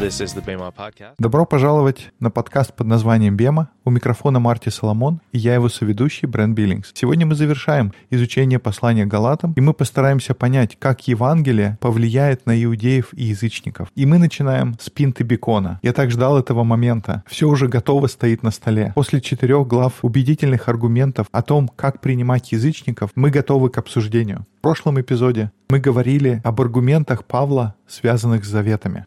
This is the Bema Podcast. Добро пожаловать на подкаст под названием «Бема». У микрофона Марти Соломон, и я его соведущий Брент Биллингс. Сегодня мы завершаем изучение послания к Галатам, и мы постараемся понять, как Евангелие повлияет на иудеев и язычников. И мы начинаем с пинты бекона. Я так ждал этого момента. Все уже готово стоит на столе. После 4 глав убедительных аргументов о том, как принимать язычников, мы готовы к обсуждению. В прошлом эпизоде мы говорили об аргументах Павла, связанных с заветами.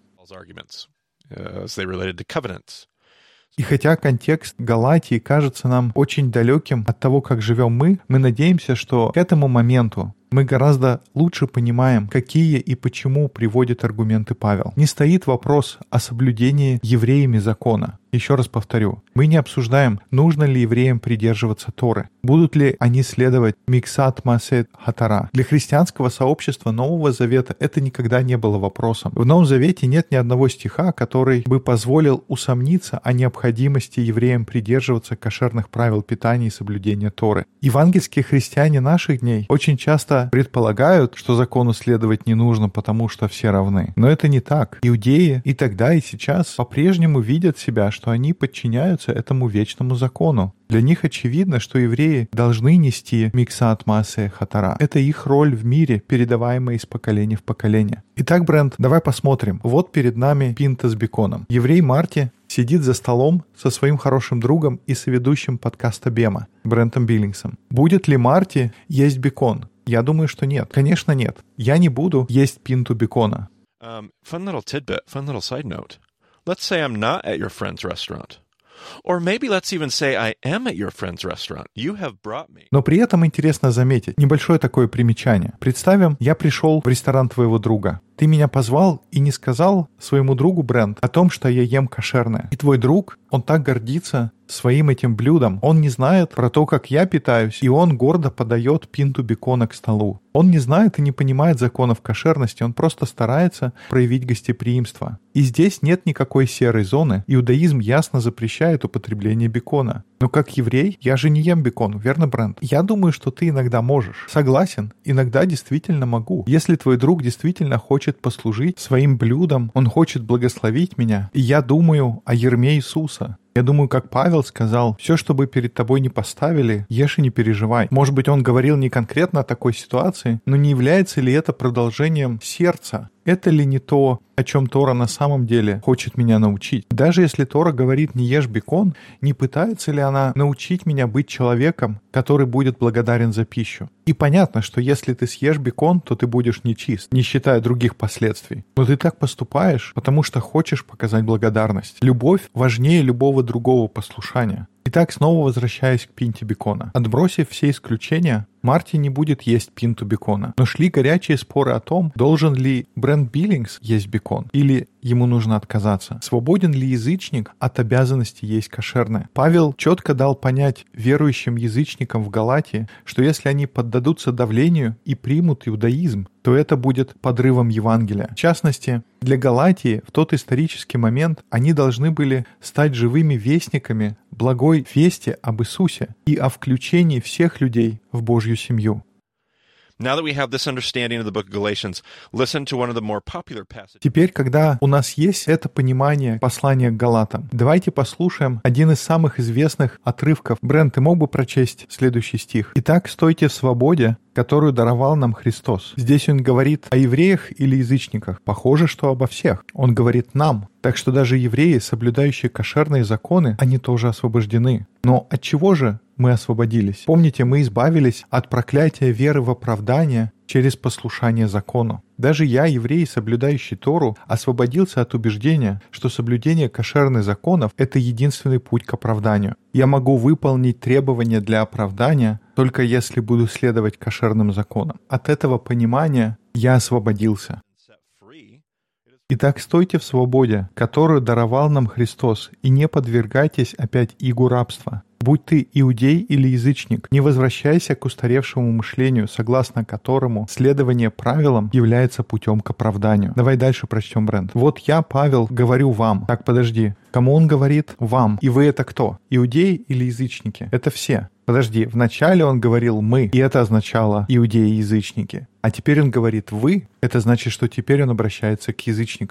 И хотя контекст Галатии кажется нам очень далеким от того, как живем мы надеемся, что к этому моменту мы гораздо лучше понимаем, какие и почему приводит аргументы Павел. Не стоит вопрос о соблюдении евреями закона. Еще раз повторю, мы не обсуждаем, нужно ли евреям придерживаться Торы, будут ли они следовать миксат маасет хатара. Для христианского сообщества Нового Завета это никогда не было вопросом. В Новом Завете нет ни одного стиха, который бы позволил усомниться о необходимости евреям придерживаться кошерных правил питания и соблюдения Торы. Евангельские христиане наших дней очень часто предполагают, что закону следовать не нужно, потому что все равны. Но это не так. Иудеи и тогда, и сейчас по-прежнему видят себя, что они подчиняются этому вечному закону. Для них очевидно, что евреи должны нести миксат маасе хатара. Это их роль в мире, передаваемая из поколения в поколение. Итак, Брент, давай посмотрим. Вот перед нами пинта с беконом. Еврей Марти сидит за столом со своим хорошим другом и соведущим подкаста Бема, Брентом Биллингсом. Будет ли Марти есть бекон? Я думаю, что нет. Конечно, нет. Я не буду есть пинту бекона. Fun little tidbit, fun little side note. Let's say I'm not at your friend's restaurant. Or maybe let's even say I am at your friend's restaurant. You have brought me. Но при этом интересно заметить небольшое такое примечание. Представим, я пришел в ресторан твоего друга. Ты меня позвал и не сказал своему другу, Брент, о том, что я ем кошерное. И твой друг, он так гордится своим этим блюдом. Он не знает про то, как я питаюсь, и он гордо подает пинту бекона к столу. Он не знает и не понимает законов кошерности, он просто старается проявить гостеприимство. И здесь нет никакой серой зоны. Иудаизм ясно запрещает употребление бекона. Но как еврей, я же не ем бекон, верно, Брент? Я думаю, что ты иногда можешь. Согласен, иногда действительно могу. Если твой друг действительно хочет послужить своим блюдом, он хочет благословить меня, и я думаю о ярме Иисуса. Я думаю, как Павел сказал, все, что бы перед тобой не поставили, ешь и не переживай. Может быть, он говорил не конкретно о такой ситуации, но не является ли это продолжением сердца? Это ли не то, о чем Тора на самом деле хочет меня научить? Даже если Тора говорит «не ешь бекон», не пытается ли она научить меня быть человеком, который будет благодарен за пищу? И понятно, что если ты съешь бекон, то ты будешь нечист, не считая других последствий. Но ты так поступаешь, потому что хочешь показать благодарность. Любовь важнее любого другого послушания. Итак, снова возвращаясь к пинте бекона. Отбросив все исключения, Марти не будет есть пинту бекона. Но шли горячие споры о том, должен ли Брент Биллингс есть бекон или ему нужно отказаться. Свободен ли язычник от обязанности есть кошерное? Павел четко дал понять верующим язычникам в Галатии, что если они поддадутся давлению и примут иудаизм, то это будет подрывом Евангелия. В частности, для Галатии в тот исторический момент они должны были стать живыми вестниками благой вести об Иисусе и о включении всех людей в Божью семью. Теперь, когда у нас есть это понимание послания к Галатам, давайте послушаем один из самых известных отрывков. Брент, ты мог бы прочесть следующий стих? «Итак, стойте в свободе, которую даровал нам Христос». Здесь он говорит о евреях или язычниках. Похоже, что обо всех. Он говорит «нам». Так что даже евреи, соблюдающие кошерные законы, они тоже освобождены. Но от чего же мы освободились? Помните, мы избавились от проклятия веры в оправдание через послушание закону. Даже я, еврей, соблюдающий Тору, освободился от убеждения, что соблюдение кошерных законов – это единственный путь к оправданию. Я могу выполнить требования для оправдания, только если буду следовать кошерным законам. От этого понимания я освободился. Итак, стойте в свободе, которую даровал нам Христос, и не подвергайтесь опять игу рабства. Будь ты иудей или язычник, не возвращайся к устаревшему мышлению, согласно которому следование правилам является путем к оправданию. Давай дальше прочтем, Брент. «Вот я, Павел, говорю вам». Так, подожди. Кому он говорит? Вам. И вы это кто? Иудеи или язычники? Это все. Подожди, вначале он говорил «мы», и это означало «иудеи и язычники». А теперь он говорит «вы», это значит, что теперь он обращается к язычникам.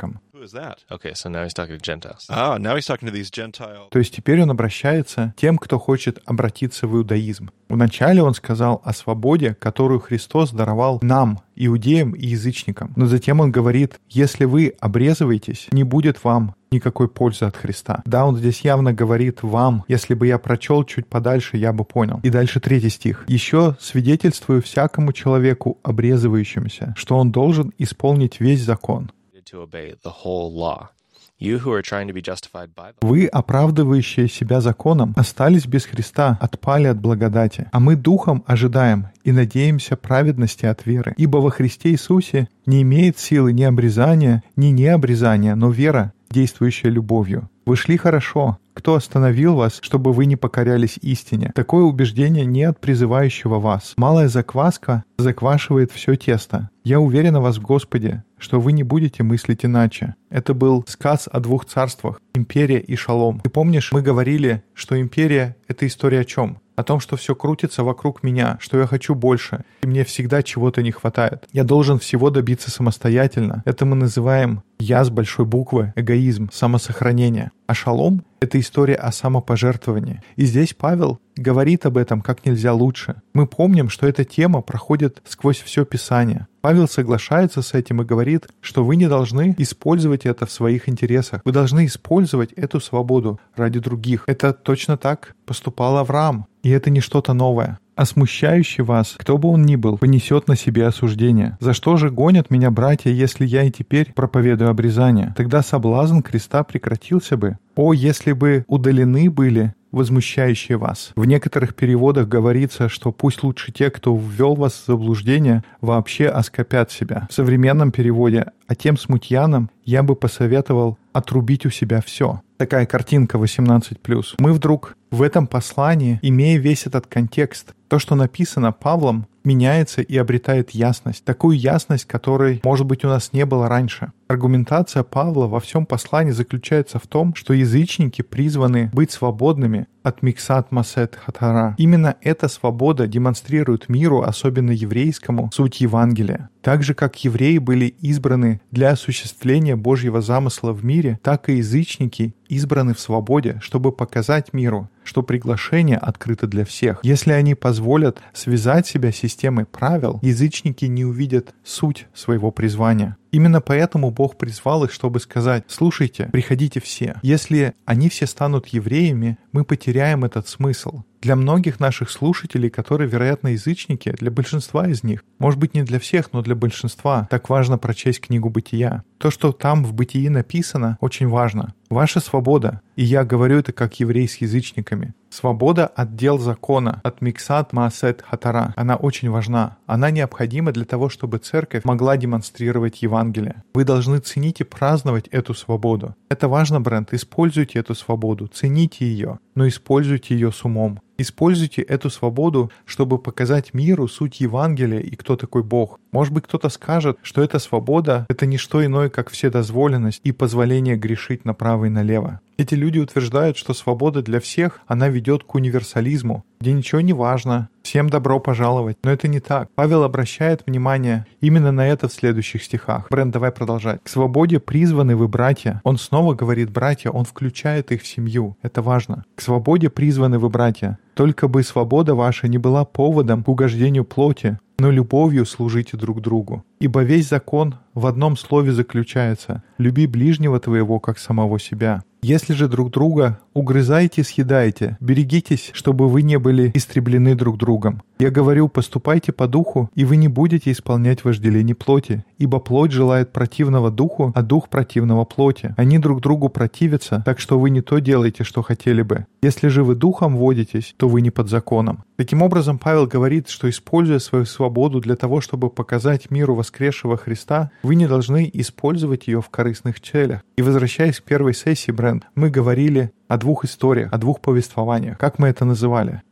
Who is that? Okay, so now he's talking to Gentiles. Ah, now he's talking to these Gentile. То есть теперь он обращается к тем, кто хочет обратиться в иудаизм. Вначале он сказал о свободе, которую Христос даровал нам, иудеям и язычникам. Но затем он говорит, если вы обрезываетесь, не будет вам никакой пользы от Христа. Да, он здесь явно говорит вам, если бы я прочел чуть подальше, я бы понял. И дальше 3 стих. «Еще свидетельствую всякому человеку, обрезывающемуся, что он должен исполнить весь закон». To obey the whole law. You who are trying to be justified by the Вы, оправдывающие себя законом, остались без Христа, отпали от благодати. А мы духом ожидаем и надеемся праведности от веры. Ибо во Христе Иисусе не имеет силы ни обрезания, ни необрезания, но вера, действующая любовью. Вы шли хорошо. Кто остановил вас, чтобы вы не покорялись истине? Такое убеждение не от призывающего вас. Малая закваска заквашивает все тесто. Я уверен в вас в Господе, что вы не будете мыслить иначе. Это был сказ о 2 царствах — империя и шалом. Ты помнишь, мы говорили, что империя — это история о чем? О том, что все крутится вокруг меня, что я хочу больше, и мне всегда чего-то не хватает. Я должен всего добиться самостоятельно. Это мы называем «я» с большой буквы, эгоизм, самосохранение. А шалом — это история о самопожертвовании. И здесь Павел говорит об этом как нельзя лучше. Мы помним, что эта тема проходит сквозь все Писание. Павел соглашается с этим и говорит, что вы не должны использовать это в своих интересах. Вы должны использовать эту свободу ради других. Это точно так поступал Авраам. И это не что-то новое. А смущающий вас, кто бы он ни был, понесет на себе осуждение. За что же гонят меня братья, если я и теперь проповедую обрезание? Тогда соблазн креста прекратился бы. О, если бы удалены были возмущающие вас. В некоторых переводах говорится, что пусть лучше те, кто ввел вас в заблуждение, вообще оскопят себя. В современном переводе «а тем смутьянам я бы посоветовал отрубить у себя все». Такая картинка 18+. Мы вдруг в этом послании, имея весь этот контекст, то, что написано Павлом, меняется и обретает ясность. Такую ясность, которой, может быть, у нас не было раньше. Аргументация Павла во всем послании заключается в том, что язычники призваны быть свободными от миксат масет хатара. Именно эта свобода демонстрирует миру, особенно еврейскому, суть Евангелия. Так же, как евреи были избраны для осуществления Божьего замысла в мире, так и язычники избраны в свободе, чтобы показать миру, что приглашение открыто для всех. Если они позволят связать себя системой правил, язычники не увидят суть своего призвания. Именно поэтому Бог призвал их, чтобы сказать: «Слушайте, приходите все». Если они все станут евреями, мы потеряем этот смысл. Для многих наших слушателей, которые, вероятно, язычники, для большинства из них, может быть, не для всех, но для большинства, так важно прочесть книгу «Бытия». То, что там в «Бытии» написано, очень важно. Ваша свобода, и я говорю это как еврей с язычниками, свобода от дел закона, от миксат маасет хатара, она очень важна. Она необходима для того, чтобы церковь могла демонстрировать Евангелие. Вы должны ценить и праздновать эту свободу. Это важно, Брент, используйте эту свободу, цените ее, но используйте ее с умом. Используйте эту свободу, чтобы показать миру суть Евангелия и кто такой Бог. Может быть, кто-то скажет, что эта свобода — это не что иное, как вседозволенность и позволение грешить направо и налево. Эти люди утверждают, что свобода для всех, она ведет к универсализму, где ничего не важно, всем добро пожаловать. Но это не так. Павел обращает внимание именно на это в следующих стихах. Брент, давай продолжать. «К свободе призваны вы, братья». Он снова говорит «братья», он включает их в семью. Это важно. «К свободе призваны вы, братья». Только бы свобода ваша не была поводом к угождению плоти, но любовью служите друг другу. Ибо весь закон в одном слове заключается: «Люби ближнего твоего, как самого себя». Если же друг друга угрызаете, съедаете, берегитесь, чтобы вы не были истреблены друг другом. Я говорю, поступайте по духу, и вы не будете исполнять вожделений плоти, ибо плоть желает противного духу, а дух противного плоти. Они друг другу противятся, так что вы не то делаете, что хотели бы. Если же вы духом водитесь, то вы не под законом. Таким образом, Павел говорит, что, используя свою свободу для того, чтобы показать миру воскресшего Христа, вы не должны использовать ее в корыстных целях. И возвращаясь к первой сессии, Брент, мы говорили о 2 историях, о 2 повествованиях. Как мы это называли?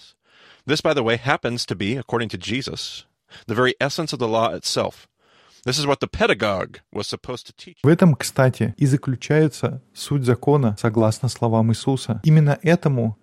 This, by the way, happens to be, according to Jesus, the very essence of the law itself. This is what the pedagogue was supposed to teach. В этом, кстати, и заключается суть закона, согласно словам Иисуса. Именно этому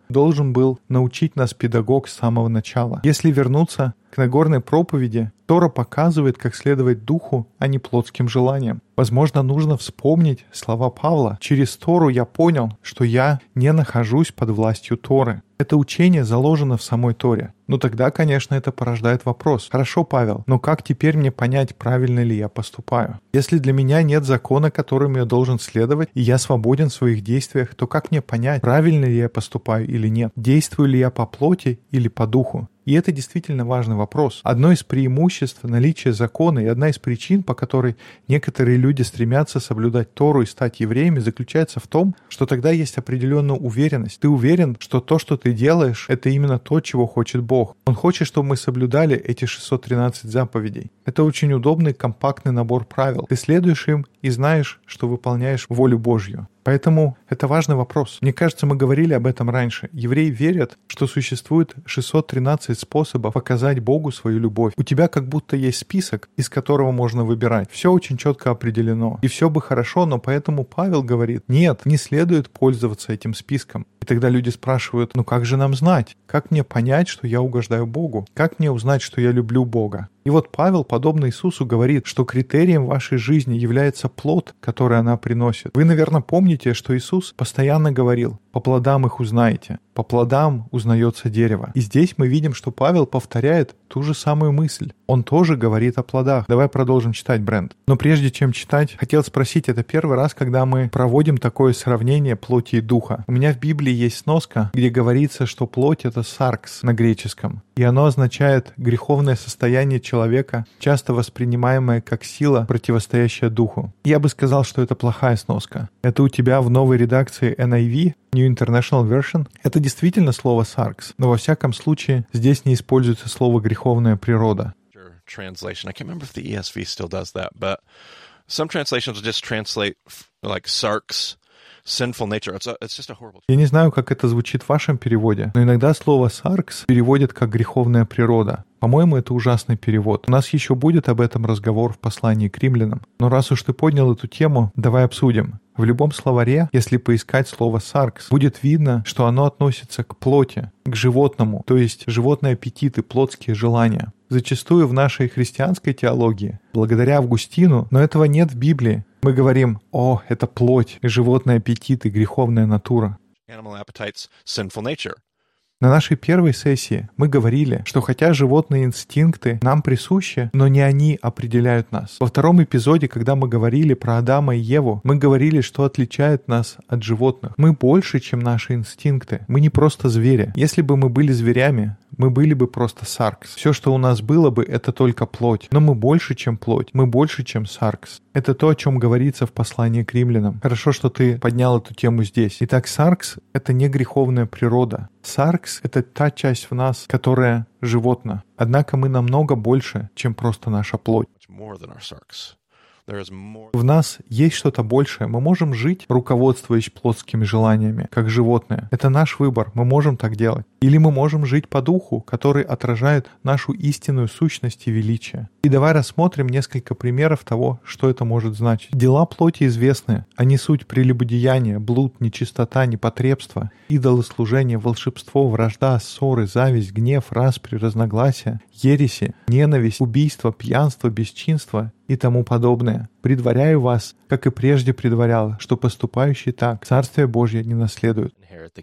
должен был научить нас педагог с самого начала. Если вернуться к Нагорной проповеди, Тора показывает, как следовать духу, а не плотским желаниям. Возможно, нужно вспомнить слова Павла. Через Тору я понял, что я не нахожусь под властью Торы. Это учение заложено в самой Торе. Но тогда, конечно, это порождает вопрос. Хорошо, Павел, но как теперь мне понять, правильно ли я поступаю? Если для меня нет закона, которым я должен следовать, и я свободен в своих действиях, то как мне понять, правильно ли я поступаю или нет? Действую ли я по плоти или по духу? И это действительно важный вопрос. Одно из преимуществ наличия закона и одна из причин, по которой некоторые люди стремятся соблюдать Тору и стать евреями, заключается в том, что тогда есть определенная уверенность. Ты уверен, что то, что ты делаешь, это именно то, чего хочет Бог. Он хочет, чтобы мы соблюдали эти 613 заповедей. Это очень удобный, компактный набор правил. Ты следуешь им и знаешь, что выполняешь волю Божью. Поэтому это важный вопрос. Мне кажется, мы говорили об этом раньше. Евреи верят, что существует 613 способов показать Богу свою любовь. У тебя как будто есть список, из которого можно выбирать. Все очень четко определено. И все бы хорошо, но поэтому Павел говорит, нет, не следует пользоваться этим списком. И тогда люди спрашивают, ну как же нам знать? Как мне понять, что я угождаю Богу? Как мне узнать, что я люблю Бога? И вот Павел, подобно Иисусу, говорит, что критерием вашей жизни является плод, который она приносит. Вы, наверное, помните, что Иисус постоянно говорил, по плодам их узнаете, по плодам узнается дерево. И здесь мы видим, что Павел повторяет ту же самую мысль. Он тоже говорит о плодах. Давай продолжим читать, Брент. Но прежде чем читать, хотел спросить, это первый раз, когда мы проводим такое сравнение плоти и духа. У меня в Библии есть сноска, где говорится, что плоть — это саркс на греческом. И оно означает греховное состояние человека, часто воспринимаемое как сила, противостоящая духу. Я бы сказал, что это плохая сноска. Это у тебя в новой редакции NIV, New International Version. Это действительно слово «саркс», но во всяком случае здесь не используется слово «греховная природа». Translation. I can't remember if the ESV still does that, but some translations just translate like sarx, sinful nature. It's just a horrible. Я не знаю, как это звучит в вашем переводе, но иногда слово «саркс» переводят как «греховная природа». По-моему, это ужасный перевод. У нас еще будет об этом разговор в послании к римлянам. Но раз уж ты поднял эту тему, давай обсудим. В любом словаре, если поискать слово «саркс», будет видно, что оно относится к плоти, к животному, то есть животные аппетиты, плотские желания. Зачастую в нашей христианской теологии, благодаря Августину, но этого нет в Библии, мы говорим: «О, это плоть, животные аппетиты, греховная натура». Animal appetites, sinful nature. На нашей первой сессии мы говорили, что хотя животные инстинкты нам присущи, но не они определяют нас. Во втором эпизоде, когда мы говорили про Адама и Еву, мы говорили, что отличает нас от животных. Мы больше, чем наши инстинкты. Мы не просто звери. Если бы мы были зверями, мы были бы просто саркс. Все, что у нас было бы, это только плоть. Но мы больше, чем плоть. Мы больше, чем саркс. Это то, о чем говорится в послании к римлянам. Хорошо, что ты поднял эту тему здесь. Итак, саркс — это не греховная природа. Саркс — это та часть в нас, которая животна. Однако мы намного больше, чем просто наша плоть. В нас есть что-то большее. Мы можем жить, руководствуясь плотскими желаниями, как животные. Это наш выбор. Мы можем так делать. Или мы можем жить по духу, который отражает нашу истинную сущность и величие. И давай рассмотрим несколько примеров того, что это может значить. Дела плоти известны. Они суть прелюбодеяния, блуд, нечистота, непотребство, идолослужение, волшебство, вражда, ссоры, зависть, гнев, распри, разногласия, ереси, ненависть, убийство, пьянство, бесчинство и тому подобное. Предваряю вас, как и прежде предварял, что поступающий так Царствие Божье не наследует.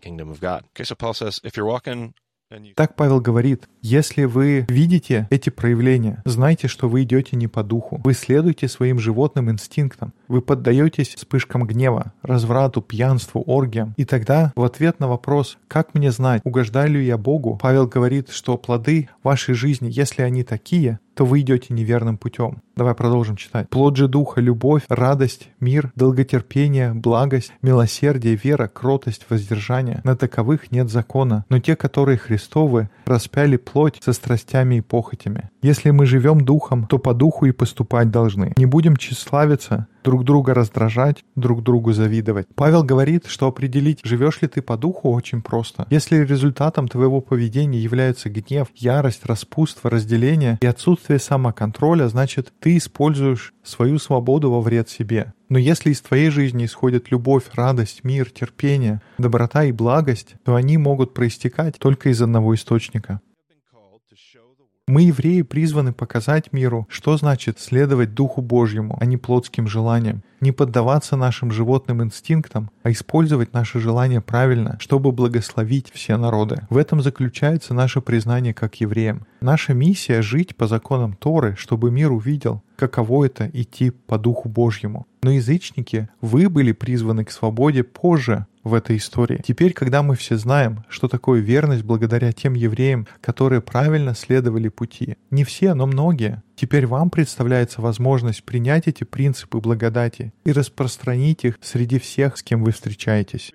Так Павел говорит, если вы видите эти проявления, знайте, что вы идете не по духу. Вы следуете своим животным инстинктам. Вы поддаетесь вспышкам гнева, разврату, пьянству, оргиям. И тогда в ответ на вопрос, как мне знать, угождаю ли я Богу, Павел говорит, что плоды вашей жизни, если они такие, то вы идете неверным путем. Давай продолжим читать. Плод же духа — любовь, радость, мир, долготерпение, благость, милосердие, вера, кротость, воздержание. На таковых нет закона, но те, которые Христовы, распяли плоть со страстями и похотями. Если мы живем духом, то по духу и поступать должны. Не будем тщеславиться, друг друг друга раздражать, друг другу завидовать. Павел говорит, что определить, живешь ли ты по духу, очень просто. Если результатом твоего поведения является гнев, ярость, распутство, разделение и отсутствие самоконтроля, значит, ты используешь свою свободу во вред себе. Но если из твоей жизни исходит любовь, радость, мир, терпение, доброта и благость, то они могут проистекать только из одного источника. Мы, евреи, призваны показать миру, что значит следовать Духу Божьему, а не плотским желаниям, не поддаваться нашим животным инстинктам, а использовать наши желания правильно, чтобы благословить все народы. В этом заключается наше признание как евреям. Наша миссия — жить по законам Торы, чтобы мир увидел, каково это идти по Духу Божьему. Но язычники, вы были призваны к свободе позже в этой истории. Теперь, когда мы все знаем, что такое верность благодаря тем евреям, которые правильно следовали пути, не все, но многие, теперь вам представляется возможность принять эти принципы благодати и распространить их среди всех, с кем вы встречаетесь.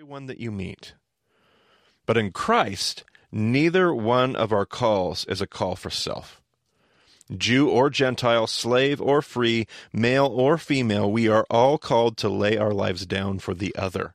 But in Christ, neither one of our calls is a call for self. Jew or Gentile, slave or free, male or female, we are all called to lay our lives down for the other.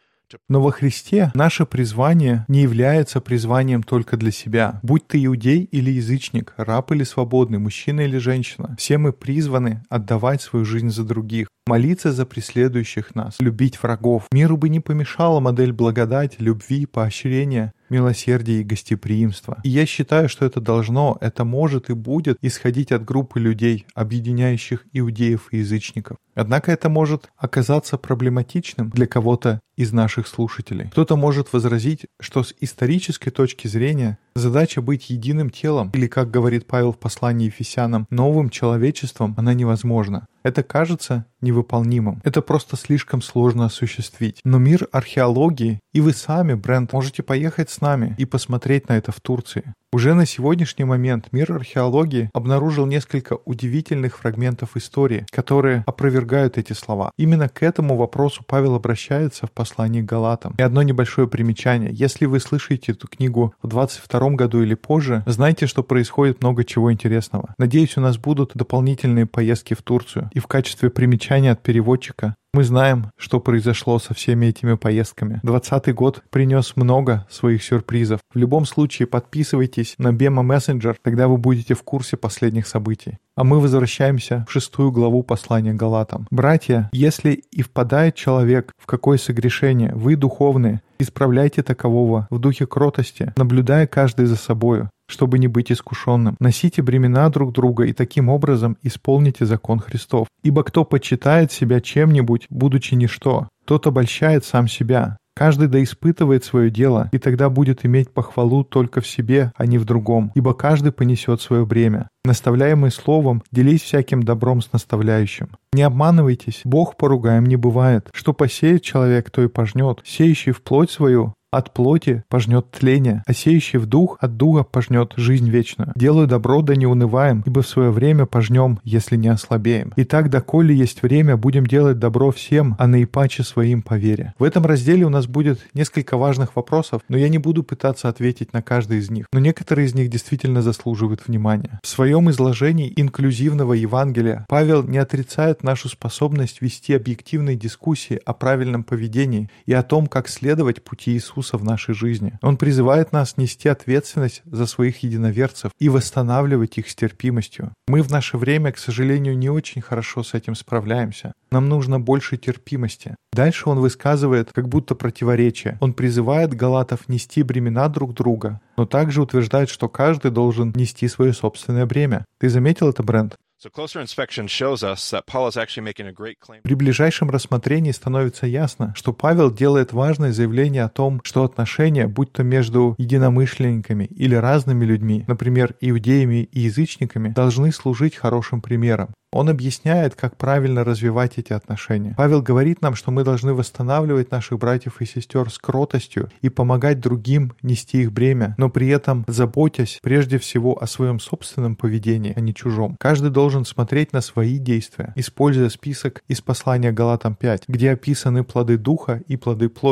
Но во Христе наше призвание не является призванием только для себя. Будь ты иудей или язычник, раб или свободный, мужчина или женщина, все мы призваны отдавать свою жизнь за других, молиться за преследующих нас, любить врагов. Миру бы не помешала модель благодати, любви, поощрения, милосердия и гостеприимства. И я считаю, что это может и будет исходить от группы людей, объединяющих иудеев и язычников. Однако это может оказаться проблематичным для кого-то из наших слушателей. Кто-то может возразить, что с исторической точки зрения задача быть единым телом, или, как говорит Павел в послании Ефесянам, новым человечеством, она невозможна. Это кажется невыполнимым. Это просто слишком сложно осуществить. Но мир археологии, и вы сами, Брент, можете поехать с нами и посмотреть на это в Турции. Уже на сегодняшний момент мир археологии обнаружил несколько удивительных фрагментов истории, которые опровергают эти слова. Именно к этому вопросу Павел обращается в послании к Галатам. И одно небольшое примечание. Если вы слышите эту книгу в 22 году или позже, знайте, что происходит много чего интересного. Надеюсь, у нас будут дополнительные поездки в Турцию. И в качестве примечания от переводчика мы знаем, что произошло со всеми этими поездками. 2020 год принес много своих сюрпризов. В любом случае, подписывайтесь на Bema Messenger, тогда вы будете в курсе последних событий. А мы возвращаемся в 6 главу послания Галатам. «Братья, если и впадает человек в какое согрешение, вы, духовные, исправляйте такового в духе кротости, наблюдая каждый за собою, чтобы не быть искушенным. Носите бремена друг друга и таким образом исполните закон Христов. Ибо кто почитает себя чем-нибудь, будучи ничто, тот обольщает сам себя. Каждый да испытывает свое дело, и тогда будет иметь похвалу только в себе, а не в другом, ибо каждый понесет свое бремя. Наставляемый словом, делись всяким добром с наставляющим. Не обманывайтесь, Бог поругаем не бывает. Что посеет человек, то и пожнет. Сеющий в плоть свою от плоти пожнет тление, а сеющий в дух от духа пожнет жизнь вечную. Делаю добро, да не унываем, ибо в свое время пожнем, если не ослабеем. Итак, доколе есть время, будем делать добро всем, а наипаче своим по вере». В этом разделе у нас будет несколько важных вопросов, но я не буду пытаться ответить на каждый из них. Но некоторые из них действительно заслуживают внимания. В своем изложении инклюзивного Евангелия Павел не отрицает нашу способность вести объективные дискуссии о правильном поведении и о том, как следовать пути Иисуса в нашей жизни. Он призывает нас нести ответственность за своих единоверцев и восстанавливать их с терпимостью. Мы в наше время, к сожалению, не очень хорошо с этим справляемся. Нам нужно больше терпимости. Дальше он высказывает как будто противоречие. Он призывает галатов нести бремена друг друга, но также утверждает, что каждый должен нести свое собственное бремя. Ты заметил это, Брент? При ближайшем рассмотрении становится ясно, что Павел делает важное заявление о том, что отношения, будь то между единомышленниками или разными людьми, например, иудеями и язычниками, должны служить хорошим примером. Он объясняет, как правильно развивать эти отношения. Павел говорит нам, что мы должны восстанавливать наших братьев и сестер с кротостью и помогать другим нести их бремя, но при этом заботясь прежде всего о своем собственном поведении, а не чужом. Каждый должен смотреть на свои действия, используя список из послания Галатам 5, где описаны плоды духа и плоды плоти.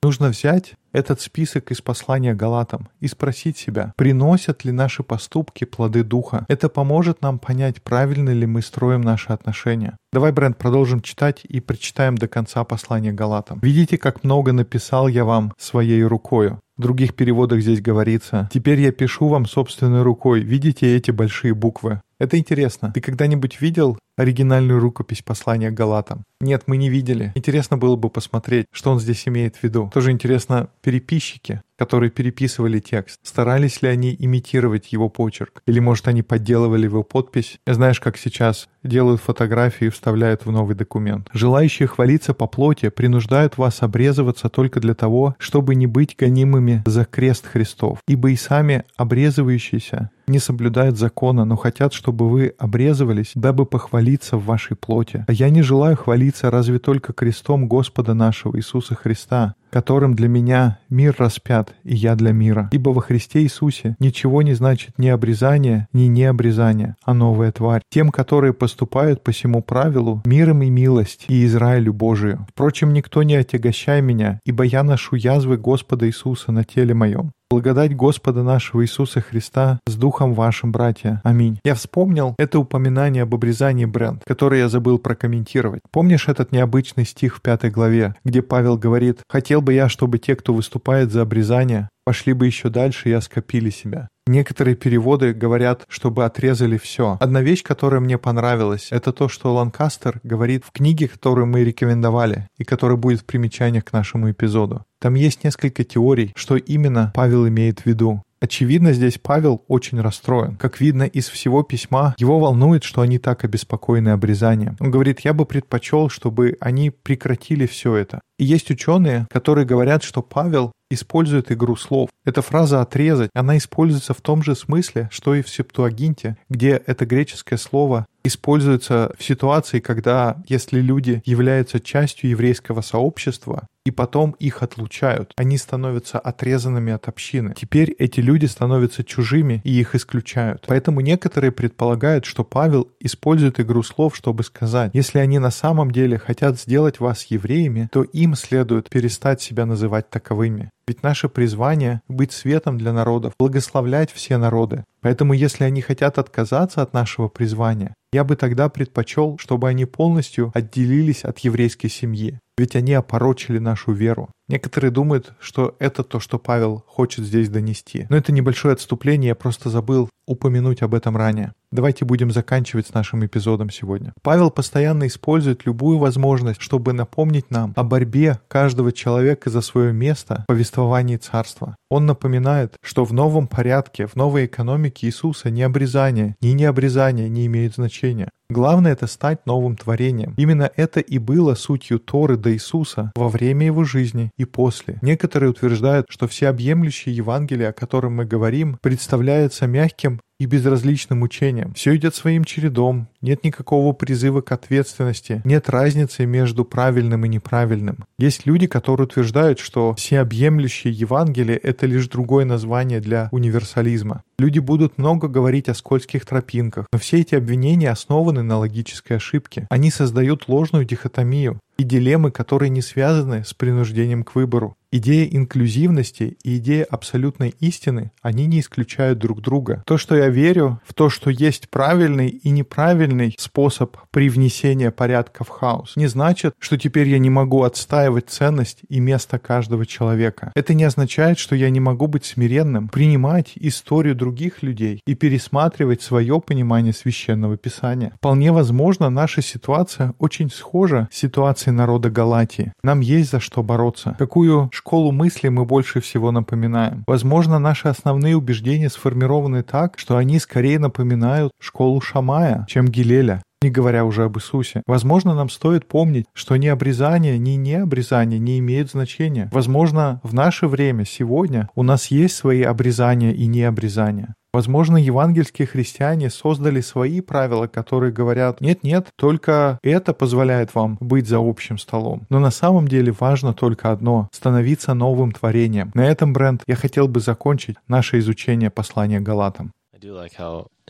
Нужно взять этот список из послания Галатам и спросить себя, приносят ли наши поступки плоды Духа. Это поможет нам понять, правильно ли мы строим наши отношения. Давай, Брент, продолжим читать и прочитаем до конца послания Галатам. «Видите, как много написал я вам своей рукою». В других переводах здесь говорится: «Теперь я пишу вам собственной рукой. Видите эти большие буквы?» Это интересно. Ты когда-нибудь видел оригинальную рукопись послания к Галатам? Нет, мы не видели. Интересно было бы посмотреть, что он здесь имеет в виду. Тоже интересно, переписчики, которые переписывали текст, старались ли они имитировать его почерк? Или, может, они подделывали его подпись? Знаешь, как сейчас делают фотографии и вставляют в новый документ. Желающие хвалиться по плоти принуждают вас обрезываться только для того, чтобы не быть гонимыми за крест Христов. Ибо и сами обрезывающиеся не соблюдают закона, но хотят, чтобы вы обрезывались, дабы похвалиться в вашей плоти. А я не желаю хвалиться разве только крестом Господа нашего Иисуса Христа, которым для меня мир распят, и я для мира. Ибо во Христе Иисусе ничего не значит ни обрезание, ни необрезание, а новая тварь. Тем, которые поступают по сему правилу, миром и милость, и Израилю Божию. Впрочем, никто не отягощай меня, ибо я ношу язвы Господа Иисуса на теле моем. Благодать Господа нашего Иисуса Христа с Духом вашим, братья. Аминь. Я вспомнил это упоминание об обрезании, Брент, которое я забыл прокомментировать. Помнишь этот необычный стих в 5 главе, где Павел говорит: «Хотел бы я, чтобы те, кто выступает за обрезание, пошли бы еще дальше и оскопили себя». Некоторые переводы говорят, чтобы отрезали все. Одна вещь, которая мне понравилась, это то, что Ланкастер говорит в книге, которую мы рекомендовали, и которая будет в примечаниях к нашему эпизоду. Там есть несколько теорий, что именно Павел имеет в виду. Очевидно, здесь Павел очень расстроен. Как видно из всего письма, его волнует, что они так обеспокоены обрезанием. Он говорит: «Я бы предпочел, чтобы они прекратили все это». И есть ученые, которые говорят, что Павел использует игру слов. Эта фраза «отрезать», она используется в том же смысле, что и в Септуагинте, где это греческое слово используется в ситуации, когда, если люди являются частью еврейского сообщества, и потом их отлучают, они становятся отрезанными от общины. Теперь эти люди становятся чужими, и их исключают. Поэтому некоторые предполагают, что Павел использует игру слов, чтобы сказать: если они на самом деле хотят сделать вас евреями, то им следует перестать себя называть таковыми. Ведь наше призвание — быть светом для народов, благословлять все народы. Поэтому если они хотят отказаться от нашего призвания, я бы тогда предпочел, чтобы они полностью отделились от еврейской семьи. Ведь они опорочили нашу веру. Некоторые думают, что это то, что Павел хочет здесь донести. Но это небольшое отступление, я просто забыл упомянуть об этом ранее. Давайте будем заканчивать с нашим эпизодом сегодня. Павел постоянно использует любую возможность, чтобы напомнить нам о борьбе каждого человека за свое место в повествовании царства. Он напоминает, что в новом порядке, в новой экономике Иисуса ни обрезание, ни необрезание не имеют значения. Главное — это стать новым творением. Именно это и было сутью Торы до Иисуса во время его жизни и после. Некоторые утверждают, что всеобъемлющее Евангелие, о котором мы говорим, представляется мягким и безразличным учением. Все идет своим чередом, нет никакого призыва к ответственности, нет разницы между правильным и неправильным. Есть люди, которые утверждают, что всеобъемлющее Евангелие — это лишь другое название для универсализма. Люди будут много говорить о скользких тропинках, но все эти обвинения основаны на логической ошибке. Они создают ложную дихотомию и дилеммы, которые не связаны с принуждением к выбору. Идея инклюзивности и идея абсолютной истины, они не исключают друг друга. То, что я верю в то, что есть правильный и неправильный способ привнесения порядка в хаос, не значит, что теперь я не могу отстаивать ценность и место каждого человека. Это не означает, что я не могу быть смиренным, принимать историю других людей и пересматривать свое понимание Священного Писания. Вполне возможно, наша ситуация очень схожа с ситуацией народа Галатии. Нам есть за что бороться. Какую школу мысли мы больше всего напоминаем? Возможно, наши основные убеждения сформированы так, что они скорее напоминают школу Шамая, чем Гилеля, не говоря уже об Иисусе. Возможно, нам стоит помнить, что ни обрезание, ни необрезание не имеют значения. Возможно, в наше время, сегодня, у нас есть свои обрезания и необрезания. Возможно, евангельские христиане создали свои правила, которые говорят: нет-нет, только это позволяет вам быть за общим столом. Но на самом деле важно только одно — становиться новым творением. На этом, Брент, я хотел бы закончить наше изучение послания к Галатам. I do like how in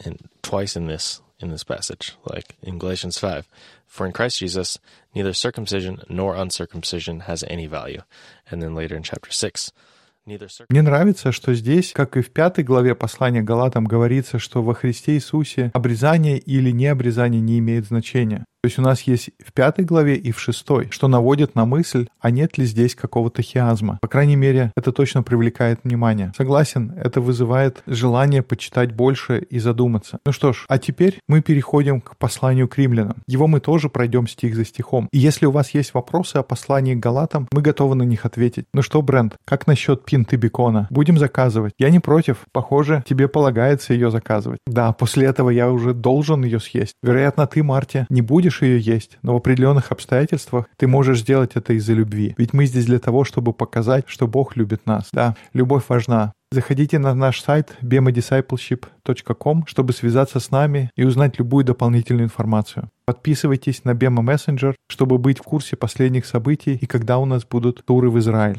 twice in this passage, like in Galatians 5. For in Christ Jesus, neither circumcision nor uncircumcision has any value. And then later in chapter 6, Мне нравится, что здесь, как и в 5 главе послания к Галатам, говорится, что во Христе Иисусе обрезание или необрезание не имеет значения. То есть у нас есть в 5 главе и в 6, что наводит на мысль, а нет ли здесь какого-то хиазма. По крайней мере, это точно привлекает внимание. Согласен, это вызывает желание почитать больше и задуматься. Ну что ж, а теперь мы переходим к посланию к римлянам. Его мы тоже пройдем стих за стихом. И если у вас есть вопросы о послании к Галатам, мы готовы на них ответить. Ну что, Брент, как насчет пинты бекона? Будем заказывать? Я не против. Похоже, тебе полагается ее заказывать. Да, после этого я уже должен ее съесть. Вероятно, ты, Марти, не будешь ее есть, но в определенных обстоятельствах ты можешь сделать это из-за любви. Ведь мы здесь для того, чтобы показать, что Бог любит нас. Да, любовь важна. Заходите на наш сайт bemadiscipleship.com, чтобы связаться с нами и узнать любую дополнительную информацию. Подписывайтесь на Bema Messenger, чтобы быть в курсе последних событий и когда у нас будут туры в Израиль.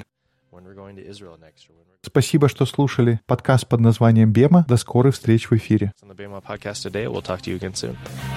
Спасибо, что слушали подкаст под названием «Бема». До скорых встреч в эфире. on the Bema podcast today. We'll talk to you again soon.